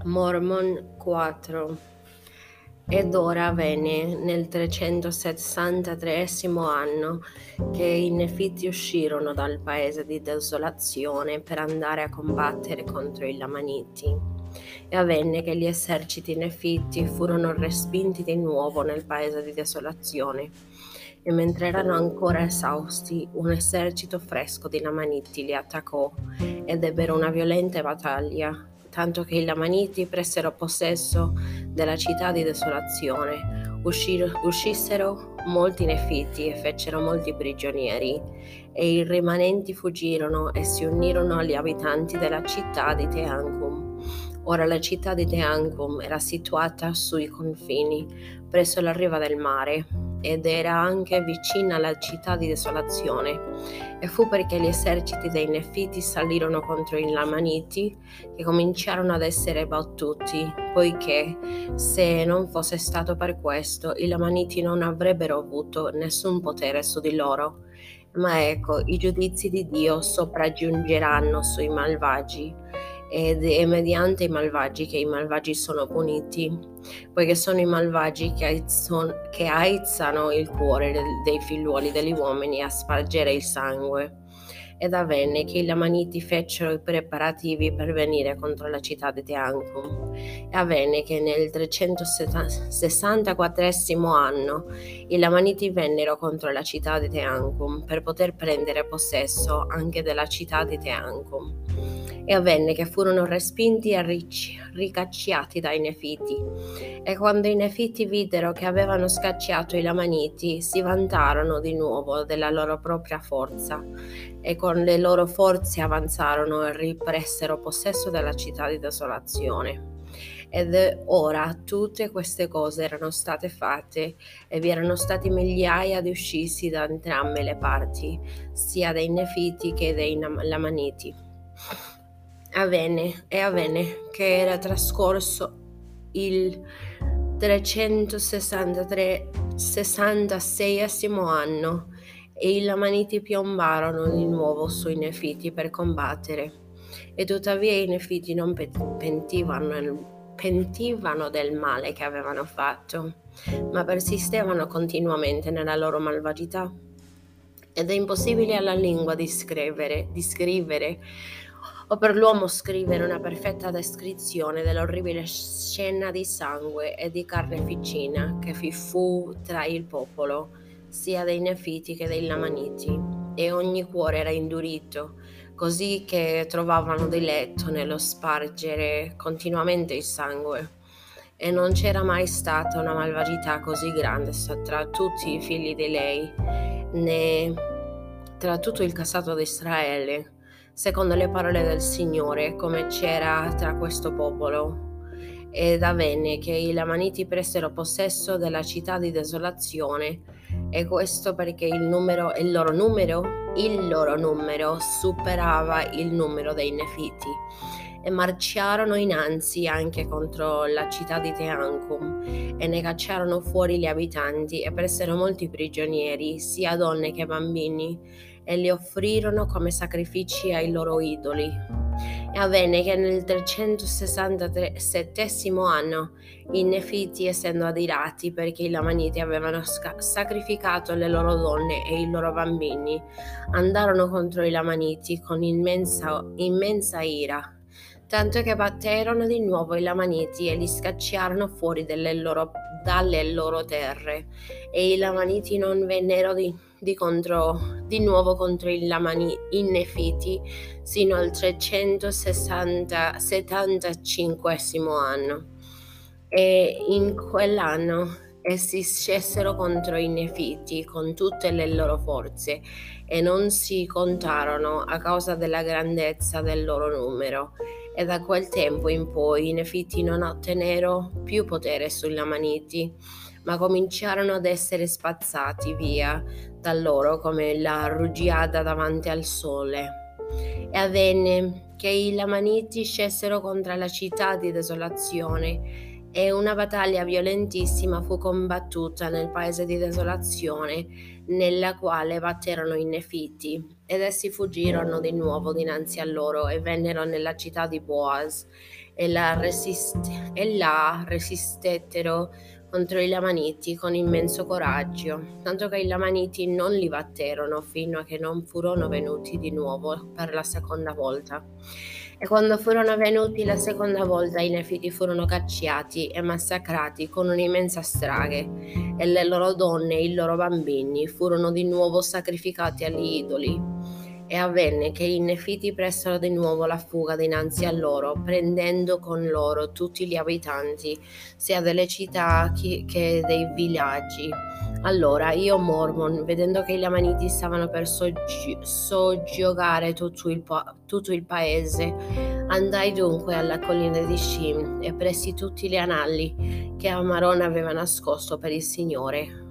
Mormon 4. Ed ora avvenne nel 363 anno che i Nefiti uscirono dal paese di desolazione per andare a combattere contro i Lamaniti. E avvenne che gli eserciti Nefiti furono respinti di nuovo nel paese di desolazione. E mentre erano ancora esausti, un esercito fresco di Lamaniti li attaccò ed ebbero una violenta battaglia, tanto che i Lamaniti presero possesso della città di desolazione. Uscissero molti Nefiti e fecero molti prigionieri, e i rimanenti fuggirono e si unirono agli abitanti della città di Teancum. Ora la città di Teancum era situata sui confini, presso la riva del mare, ed era anche vicina alla città di desolazione. E fu perché gli eserciti dei Nefiti salirono contro i Lamaniti che cominciarono ad essere battuti, poiché se non fosse stato per questo i Lamaniti non avrebbero avuto nessun potere su di loro. Ma ecco, i giudizi di Dio sopraggiungeranno sui malvagi, ed è mediante i malvagi che i malvagi sono puniti, poiché sono i malvagi che aizzano il cuore dei figliuoli degli uomini a spargere il sangue. Ed avvenne che i Lamaniti fecero i preparativi per venire contro la città di Teancum. E avvenne che nel 364 anno i Lamaniti vennero contro la città di Teancum per poter prendere possesso anche della città di Teancum. E avvenne che furono respinti e ricacciati dai Nefiti. E quando i Nefiti videro che avevano scacciato i Lamaniti, si vantarono di nuovo della loro propria forza, e con le loro forze avanzarono e ripresero possesso della città di desolazione. Ed ora tutte queste cose erano state fatte, e vi erano stati migliaia di usciti da entrambe le parti, sia dei Nefiti che dei Lamaniti. Avvenne che era trascorso il 366 anno, e i Lamaniti piombarono di nuovo sui Nefiti per combattere. E tuttavia i Nefiti non pentivano del male che avevano fatto, ma persistevano continuamente nella loro malvagità. Ed è impossibile alla lingua descrivere o per l'uomo scrivere una perfetta descrizione dell'orribile scena di sangue e di carneficina che fu tra il popolo, sia dei Nefiti che dei Lamaniti, e ogni cuore era indurito, così che trovavano diletto nello spargere continuamente il sangue. E non c'era mai stata una malvagità così grande tra tutti i figli di lei, né tra tutto il casato di Israele, secondo le parole del Signore, come c'era tra questo popolo. Ed avvenne che i Lamaniti presero possesso della città di desolazione, e questo perché il loro numero superava il numero dei Nefiti, e marciarono innanzi anche contro la città di Teancum, e ne cacciarono fuori gli abitanti, e presero molti prigionieri, sia donne che bambini, e li offrirono come sacrifici ai loro idoli. E avvenne che nel 367 anno i Nefiti, essendo adirati perché i Lamaniti avevano sacrificato le loro donne e i loro bambini, andarono contro i Lamaniti con immensa ira, tanto che batterono di nuovo i Lamaniti e li scacciarono fuori dalle loro terre. E i Lamaniti non vennero di nuovo contro i Nefiti sino al 375 anno. E in quell'anno essi scesero contro i Nefiti con tutte le loro forze, e non si contarono a causa della grandezza del loro numero. E da quel tempo in poi i Nefiti non ottennero più potere sui Lamaniti, ma cominciarono ad essere spazzati via da loro come la rugiada davanti al sole. E avvenne che i Lamaniti scesero contro la città di desolazione, e una battaglia violentissima fu combattuta nel paese di desolazione, nella quale batterono i Nefiti, ed essi fuggirono di nuovo dinanzi a loro e vennero nella città di Boaz. e là resistettero contro i Lamaniti con immenso coraggio, tanto che i Lamaniti non li batterono fino a che non furono venuti di nuovo per la seconda volta. E quando furono venuti la seconda volta, i Nefiti furono cacciati e massacrati con un'immensa strage, e le loro donne e i loro bambini furono di nuovo sacrificati agli idoli. E avvenne che i Nefiti presero di nuovo la fuga dinanzi a loro, prendendo con loro tutti gli abitanti, sia delle città che dei villaggi. Allora io, Mormon, vedendo che gli Amaniti stavano per soggiogare tutto il paese, andai dunque alla collina di Shim e presi tutti gli anelli che Amaron aveva nascosto per il Signore.